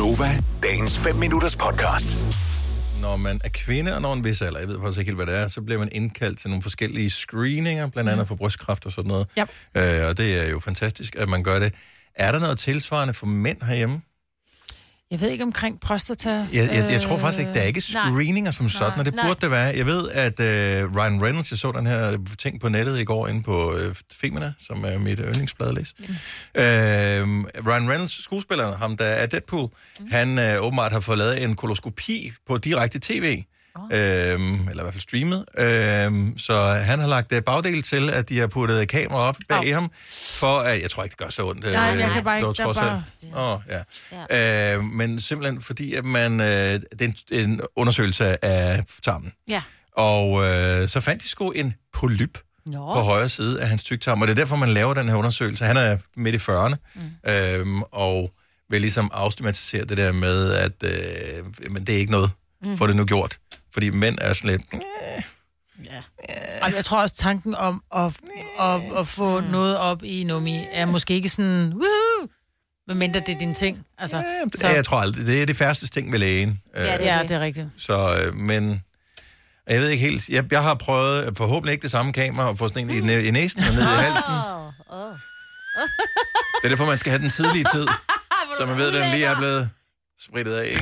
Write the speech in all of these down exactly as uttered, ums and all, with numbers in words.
Gonova, dagens fem minutters podcast. Når man er kvinde og når en vis alder, jeg ved faktisk ikke helt, hvad det er, så bliver man indkaldt til nogle forskellige screeninger, blandt andet for brystkræft og sådan noget. Yep. Øh, og det er jo fantastisk, at man gør det. Er der noget tilsvarende for mænd herhjemme? Jeg ved ikke omkring prostata. Jeg, jeg, jeg tror faktisk ikke, der er ikke screeninger som sådan, og det burde det være. Jeg ved, at uh, Ryan Reynolds, jeg så den her ting på nettet i går inde på uh, Femina, som er mit yndlingsblad at læse. Mm. Uh, Ryan Reynolds, skuespilleren, ham der er Deadpool, mm. han uh, åbenbart har fået lavet en koloskopi på direkte tv. Oh. Øhm, eller i hvert fald streamet. Øhm, så han har lagt uh, bagdel til, at de har puttet kamera op bag oh. ham, for at, jeg tror ikke, det gør så ondt. Nej, jeg kan bare ikke, trods bare... Åh, ja. ja. Øh, men simpelthen fordi, at man, øh, det er en, en undersøgelse af tarmen. Ja. Og øh, så fandt de sgu en polyp Nå. på højre side af hans tyktarm, og det er derfor, man laver den her undersøgelse. Han er midt i fyrrerne, mm. øhm, og vil ligesom afstigmatisere det der med, at øh, men det er ikke noget, mm. for det nu gjort. Fordi mænd er sådan lidt... Øh, ja. Og jeg tror også, tanken om at, at, at få mm. noget op i nummi er måske ikke sådan... Woohoo! Medmindre det er din ting. Altså, ja, så... Jeg tror aldrig, det er det færreste ting med lægen. Ja, det er, ja, det er rigtigt. Så, øh, men... Jeg ved ikke helt... Jeg, jeg har prøvet, forhåbentlig ikke det samme kamera, at få sådan en i, i næsen og ned i halsen. Oh, oh. Det er derfor, man skal have den tidlige tid, så man ved, at den lige er blevet spritet af.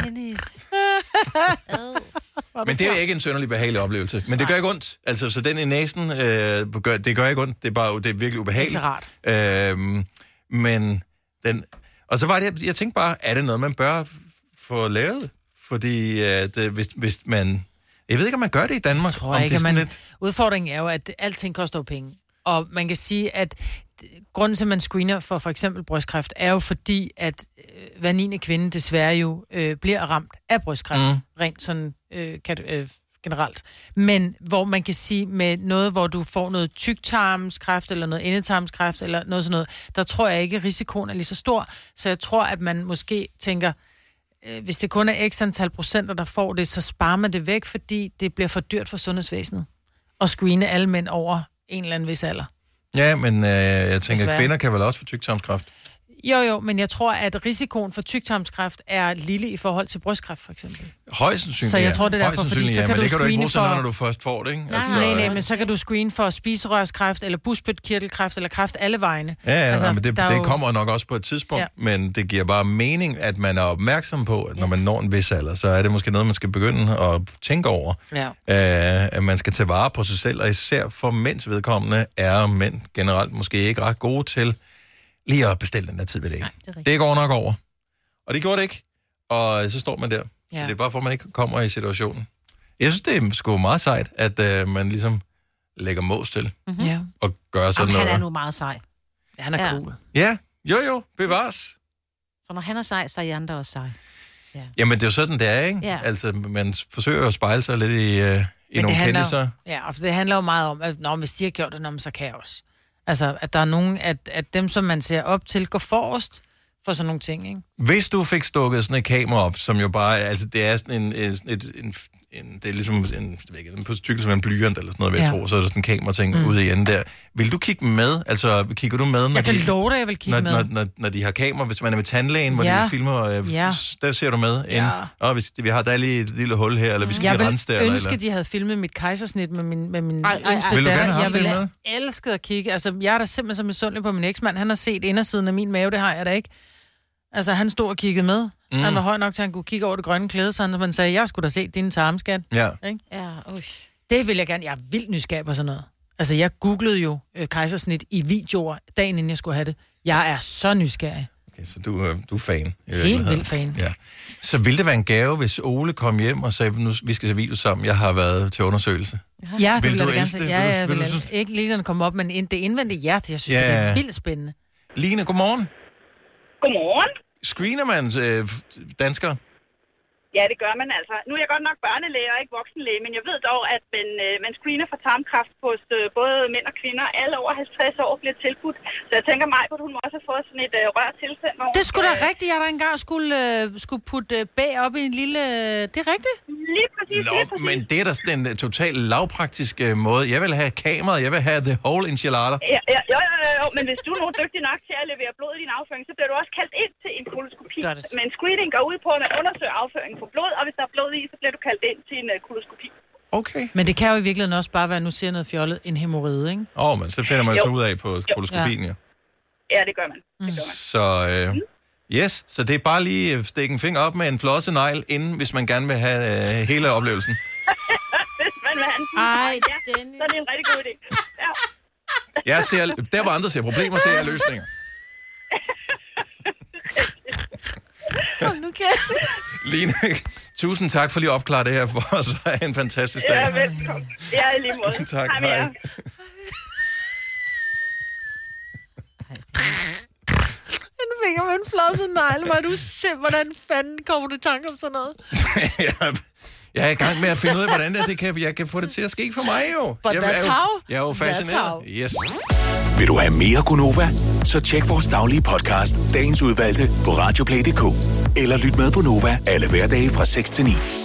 Men det er ikke en synderlig behagelig oplevelse. Men det gør ikke ondt. Altså, så den i næsen, øh, gør, det gør ikke ondt. Det er bare det er virkelig ubehageligt. Det er så rart. Øhm, men den... Og så var det, jeg tænkte bare, er det noget, man bør få lavet? Fordi at, hvis, hvis man... Jeg ved ikke, om man gør det i Danmark. Jeg tror om ikke, det man... lidt... Udfordringen er jo, at alting koster penge. Og man kan sige, at grunden til, at man screener for for eksempel brystkræft, er jo fordi, at øh, hver niende kvinde desværre jo øh, bliver ramt af brystkræft. Mm. Rent sådan øh, kan, øh, generelt. Men hvor man kan sige, med noget, hvor du får noget tyktarmskræft, eller noget endetarmskræft, eller noget sådan noget, der tror jeg ikke, at risikoen er lige så stor. Så jeg tror, at man måske tænker, øh, hvis det kun er x antal procenter, der får det, så sparer man det væk, fordi det bliver for dyrt for sundhedsvæsenet at screene alle mænd over en eller anden vis alder. Ja, men øh, jeg tænker, Desværre. at kvinder kan vel også få tyktarmskræft? Jo, jo, men jeg tror, at risikoen for tyktarmskræft er lille i forhold til brystkræft, for eksempel. Højst sandsynligt, så jeg tror, det er derfor, fordi så ja, kan men du det kan du ikke bruge for... når du først får det, ikke? Nej, altså, nej, nej, men så kan du screene for spiserørskræft, eller bugspytkirtelkræft, eller kræft alle vegne. Ja, ja, altså, men det, det jo... kommer nok også på et tidspunkt, ja. Men det giver bare mening, at man er opmærksom på, at når man når en vis alder, så er det måske noget, man skal begynde at tænke over. Ja. Uh, at man skal tage vare på sig selv, og især for mænds vedkommende er mænd generelt måske ikke ret gode til lige at bestille den der tid ved lægen. Det, det går nok over. Og det gjorde det ikke. Og så står man der. Ja. Så det er bare for, at man ikke kommer i situationen. Jeg synes, det er sgu meget sejt, at uh, man ligesom lægger mås til. Mm-hmm. Ja. Og gør sådan Jamen, noget. han er nu meget sej. Ja, han er ja. cool. Ja, jo jo, bevares. Så når han er sej, så er I andre også sej. Ja. Jamen, det er jo sådan, det er, ikke? Ja. Altså, man forsøger at spejle sig lidt i, uh, i nogle kendelser. Ja, og det handler jo meget om, at når, hvis de har gjort det, når man så kan jeg også. Altså, at der er nogen, at, at dem, som man ser op til, går forrest for sådan nogle ting, ikke? Hvis du fik stukket sådan et kamera op, som jo bare, altså det er sådan en, en, en, en det er ligesom en, det ikke, en tykkelse med en blyant eller sådan noget, ja. Jeg tror, så er der sådan en kamera-ting mm. ude i enden der. Vil du kigge med? Altså, kigger du med, når jeg kan de... love dig, jeg vil kigge når, med. Når, når, når de har kamera, hvis man er ved tandlægen, hvor ja. de filmer, øh, ja. der ser du med. Ja. Åh, hvis vi har der lige et lille hul her, eller vi skal jeg lige rense der. Jeg vil ønske, eller... de havde filmet mit kejsersnit med min, med min ej, ej, yngste ej. Vil du datter. gerne have Jeg ville med? elske at kigge. Altså, jeg er da simpelthen så misundelig på min eksmand. Han har set indersiden af min mave, det har jeg da ikke. Altså, han stod og kiggede med. Mm. Han var høj nok til, at han kunne kigge over det grønne klæde, så han sagde, jeg skulle da se din tarmskat. Ja. Ikke? Ja, usch. Det vil jeg gerne. Jeg er vildt nysgerrig på sådan noget. Altså, jeg googlede jo øh, kejsersnit i videoer, dagen inden jeg skulle have det. Jeg er så nysgerrig. Okay, så du, øh, du er fan. Helt vildt fan. Ja. Så ville det være en gave, hvis Ole kom hjem og sagde, nu vi skal se video sammen, jeg har været til undersøgelse? Ja, det vil vil du jeg gerne elske se. det? Ja, Vil du- ja, vil vil du jeg. synes- Ikke lige, når den kommer op, men ind- det indvendige hjerte, jeg synes, Ja. det er vildt spændende. Line, godmorgen. Godmorgen. Screener man øh, danskere? Ja, det gør man altså. Nu er jeg godt nok børnelæge og ikke voksenlæge, men jeg ved dog, at man, øh, man screener for tarmkræft hos øh, både mænd og kvinder. Alle over halvtreds år bliver tilbudt. Så jeg tænker mig, at hun må også have fået sådan et øh, rør tilsendt. Det skulle da rigtigt. Jeg der engang skulle, øh, skulle putte øh, bag op i en lille... Øh, det er rigtigt? Lige præcis, Nå, lige præcis. men det er da sådan en totalt lavpraktisk øh, måde. Jeg vil have kameraet, jeg vil have the whole enchilada. Ja, ja, jo, jo, jo, jo, men hvis du er nogen dygtig nok til at levere blod i din afføring, så bliver du også kaldt ind til en koloskopi. Men screening går ud på, at man undersøger afføringen for blod, og hvis der er blod i, så bliver du kaldt ind til en uh, koloskopi. Okay. Men det kan jo i virkeligheden også bare være, nu siger noget fjollet, en hæmoride, ikke? Åh, oh, men så finder man jo så ud af på koloskopien, ja. Ja, det gør man. Det gør man. Så, øh, yes, så det er bare lige at stikke en finger op med en flosset negl, inden, hvis man gerne vil have øh, hele oplevelsen. Hvis man vil have en Ej, ja, så er det en rigtig god idé. Ja. Jeg ser, der hvor andre ser problemer, ser jeg løsninger. Oh, nu kan Line, tusind tak for lige at opklare det her for os. Ha' en fantastisk dag. Ja, velkommen. Ja, i lige måde. Tak, hej. hej. en finger med en flosset negl. Hvor er du simpelthen, hvordan fanden kommer du i tanke om sådan noget? jeg, jeg er i gang med at finde ud af, hvordan det, det kan, jeg kan få det til at ske for mig jo. But jeg, that's er jo, how. jeg er jo fascineret. Yes. Vil du have mere Gunova? Så tjek vores daglige podcast, dagens udvalgte, på radioplay punktum d k. Eller lyt med på Nova alle hverdage fra seks til ni.